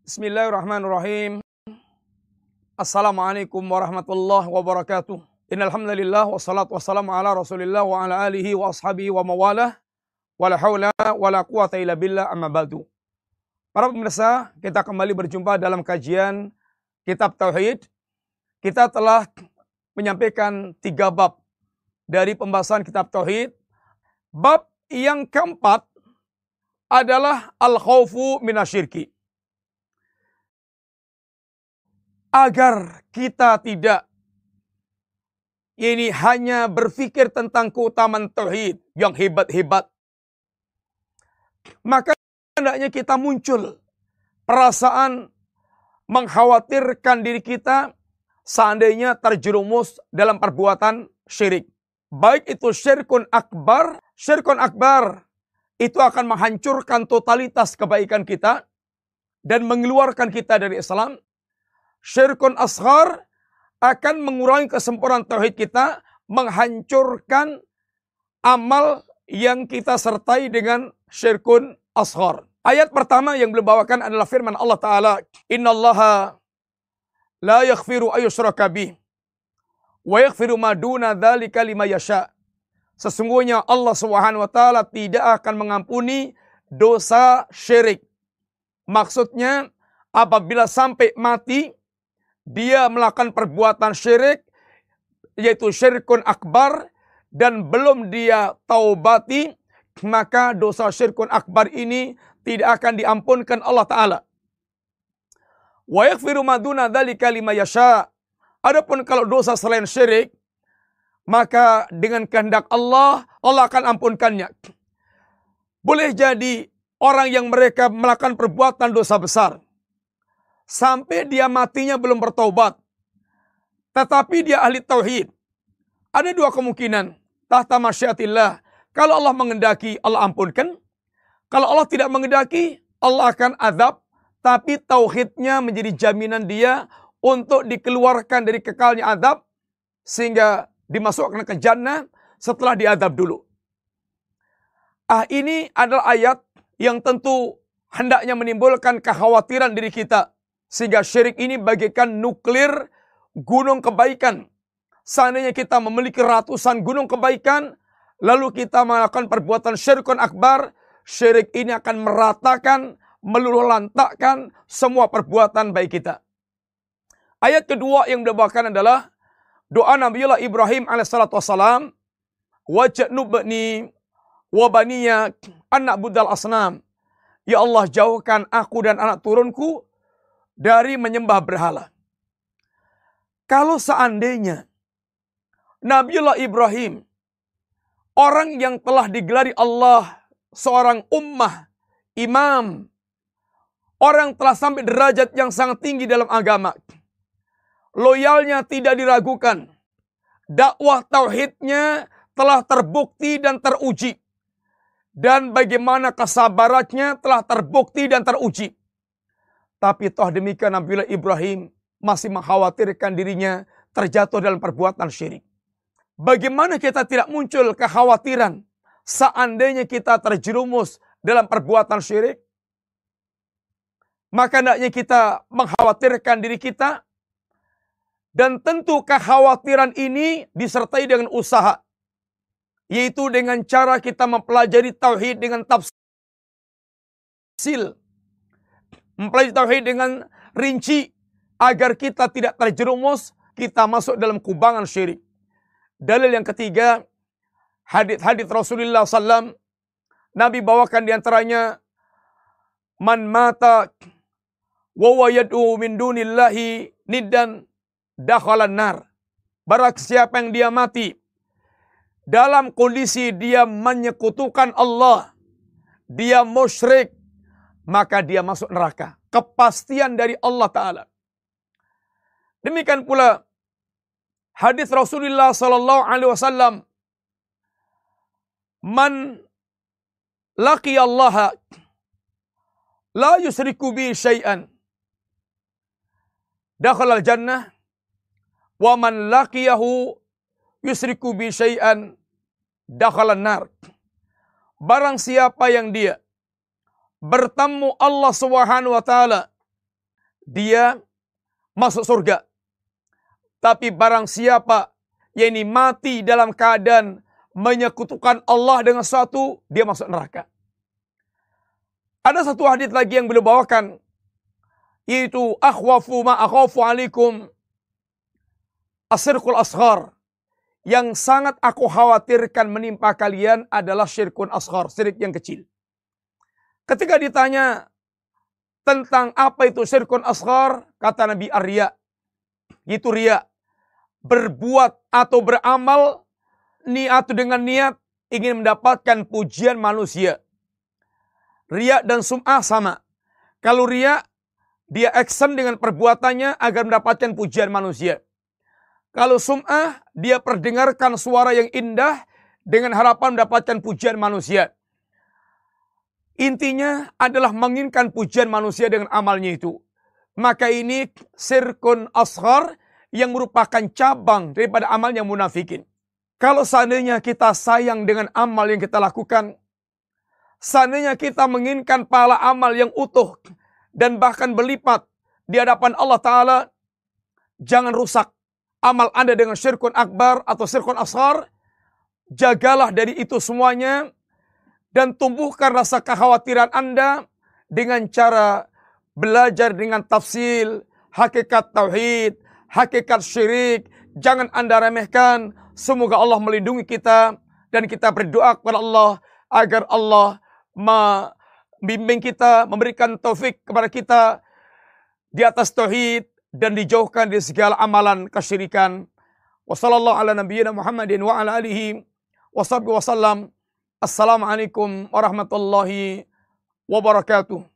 Bismillahirrahmanirrahim. Assalamualaikum warahmatullahi wabarakatuh. Innal hamdalillah wassalatu wassalamu ala Rasulillah wa ala alihi wa ashabihi wa mawalah. Wala haula wala quwata illa billah, amma ba'du. Para pemirsa, kita kembali berjumpa dalam kajian Kitab Tauhid. Kita telah menyampaikan 3 bab dari pembahasan Kitab Tauhid. Bab yang keempat adalah al-khaufu minasyirki. Agar kita tidak hanya berpikir tentang keutamaan tauhid yang hebat-hebat, maka hendaknya kita muncul perasaan mengkhawatirkan diri kita seandainya terjerumus dalam perbuatan syirik. Baik itu syirkun akbar itu akan menghancurkan totalitas kebaikan kita dan mengeluarkan kita dari Islam. Syirkun asghar akan mengurangi kesempurnaan tauhid kita, menghancurkan amal yang kita sertai dengan syirkun asghar. Ayat pertama yang beliau bawakan adalah firman Allah Ta'ala, Innallaha la yaghfiru ayyushraka bih wa yaghfiru ma duna dzalika liman yasha. Sesungguhnya Allah Subhanahu wa taala tidak akan mengampuni dosa syirik. Maksudnya apabila sampai mati dia melakukan perbuatan syirik, yaitu syirkun akbar, dan belum dia taubati, maka dosa syirkun akbar ini tidak akan diampunkan Allah Ta'ala. Wa yaghfiru ma duna dzalika liman yasha. Adapun kalau dosa selain syirik, maka dengan kehendak Allah, Allah akan ampunkannya. Boleh jadi orang yang mereka melakukan perbuatan dosa besar, sampai dia matinya belum bertaubat, tetapi dia ahli tauhid. Ada 2 kemungkinan. Tahta masyiatillah. Kalau Allah mengendaki, Allah ampunkan. Kalau Allah tidak mengendaki, Allah akan azab. Tapi tauhidnya menjadi jaminan dia untuk dikeluarkan dari kekalnya azab, sehingga dimasukkan ke jannah setelah diazab dulu. Ini adalah ayat yang tentu hendaknya menimbulkan kekhawatiran diri kita. Sehingga syirik ini bagaikan nuklir gunung kebaikan. Seandainya kita memiliki ratusan gunung kebaikan, lalu kita melakukan perbuatan syirkun akbar, syirik ini akan meratakan, meluluhlantakkan semua perbuatan baik kita. Ayat kedua yang dibawakan adalah doa Nabiullah Ibrahim alaihissalatu wassalam, waj'alni wa baniya an na'budal asnam. Ya Allah, jauhkan aku dan anak turunku dari menyembah berhala. Kalau seandainya Nabiullah Ibrahim, orang yang telah digelari Allah seorang ummah, imam, orang telah sampai derajat yang sangat tinggi dalam agama, loyalnya tidak diragukan, dakwah tauhidnya telah terbukti dan teruji, dan bagaimana kesabarannya telah terbukti dan teruji. Tapi toh demikian Nabiullah Ibrahim masih mengkhawatirkan dirinya terjatuh dalam perbuatan syirik. Bagaimana kita tidak muncul kekhawatiran seandainya kita terjerumus dalam perbuatan syirik? Maka hendaknya kita mengkhawatirkan diri kita. Dan tentu kekhawatiran ini disertai dengan usaha. Yaitu dengan cara kita mempelajari tauhid dengan tafsil. Mempelajari tauhid dengan rinci agar kita tidak terjerumus, kita masuk dalam kubangan syirik. Dalil yang ketiga, hadits Rasulullah SAW, Nabi bawakan diantaranya, man mata wa yad'u min dunillahi niddan dakhalan nar. Barang siapa yang dia mati dalam kondisi dia menyekutukan Allah, dia musyrik, maka dia masuk neraka. Kepastian dari Allah Ta'ala. Demikian pula hadis Rasulullah SAW, man laqiyallaha la yusriku bi syai'an dakhalal jannah, wa man laqiyahu yusriku bi syai'an dakhalan nar. Barang siapa yang dia bertemu Allah Subhanahu wa taala dia masuk surga. Tapi barang siapa yang ini mati dalam keadaan menyekutukan Allah dengan sesuatu, dia masuk neraka. Ada satu hadis lagi yang beliau bawakan, yaitu akhwafu ma akhafu alaikum asyirkul asghar. Yang sangat aku khawatirkan menimpa kalian adalah syirkun asghar, syirik yang kecil. Ketika ditanya tentang apa itu syirkun asghar, kata Nabi ar-riya, itu riya, berbuat atau beramal niat dengan niat ingin mendapatkan pujian manusia. Riya dan sum'ah sama. Kalau riya, dia action dengan perbuatannya agar mendapatkan pujian manusia. Kalau sum'ah, dia perdengarkan suara yang indah dengan harapan mendapatkan pujian manusia. Intinya adalah menginginkan pujian manusia dengan amalnya itu. Maka ini syirkun asghar yang merupakan cabang daripada amal yang munafikin. Kalau seandainya kita sayang dengan amal yang kita lakukan, seandainya kita menginginkan pahala amal yang utuh dan bahkan berlipat di hadapan Allah Ta'ala, jangan rusak amal Anda dengan syirkun akbar atau syirkun asghar. Jagalah dari itu semuanya dan tumbuhkan rasa kekhawatiran Anda dengan cara belajar dengan tafsil, hakikat tauhid, hakikat syirik. Jangan Anda remehkan. Semoga Allah melindungi kita dan kita berdoa kepada Allah agar Allah membimbing kita, memberikan taufik kepada kita di atas tauhid dan dijauhkan dari segala amalan kesyirikan. Wassallallahu ala nabiyyina Muhammadin wa ala alihi washabbihi wasallam. Assalamualaikum warahmatullahi wabarakatuh.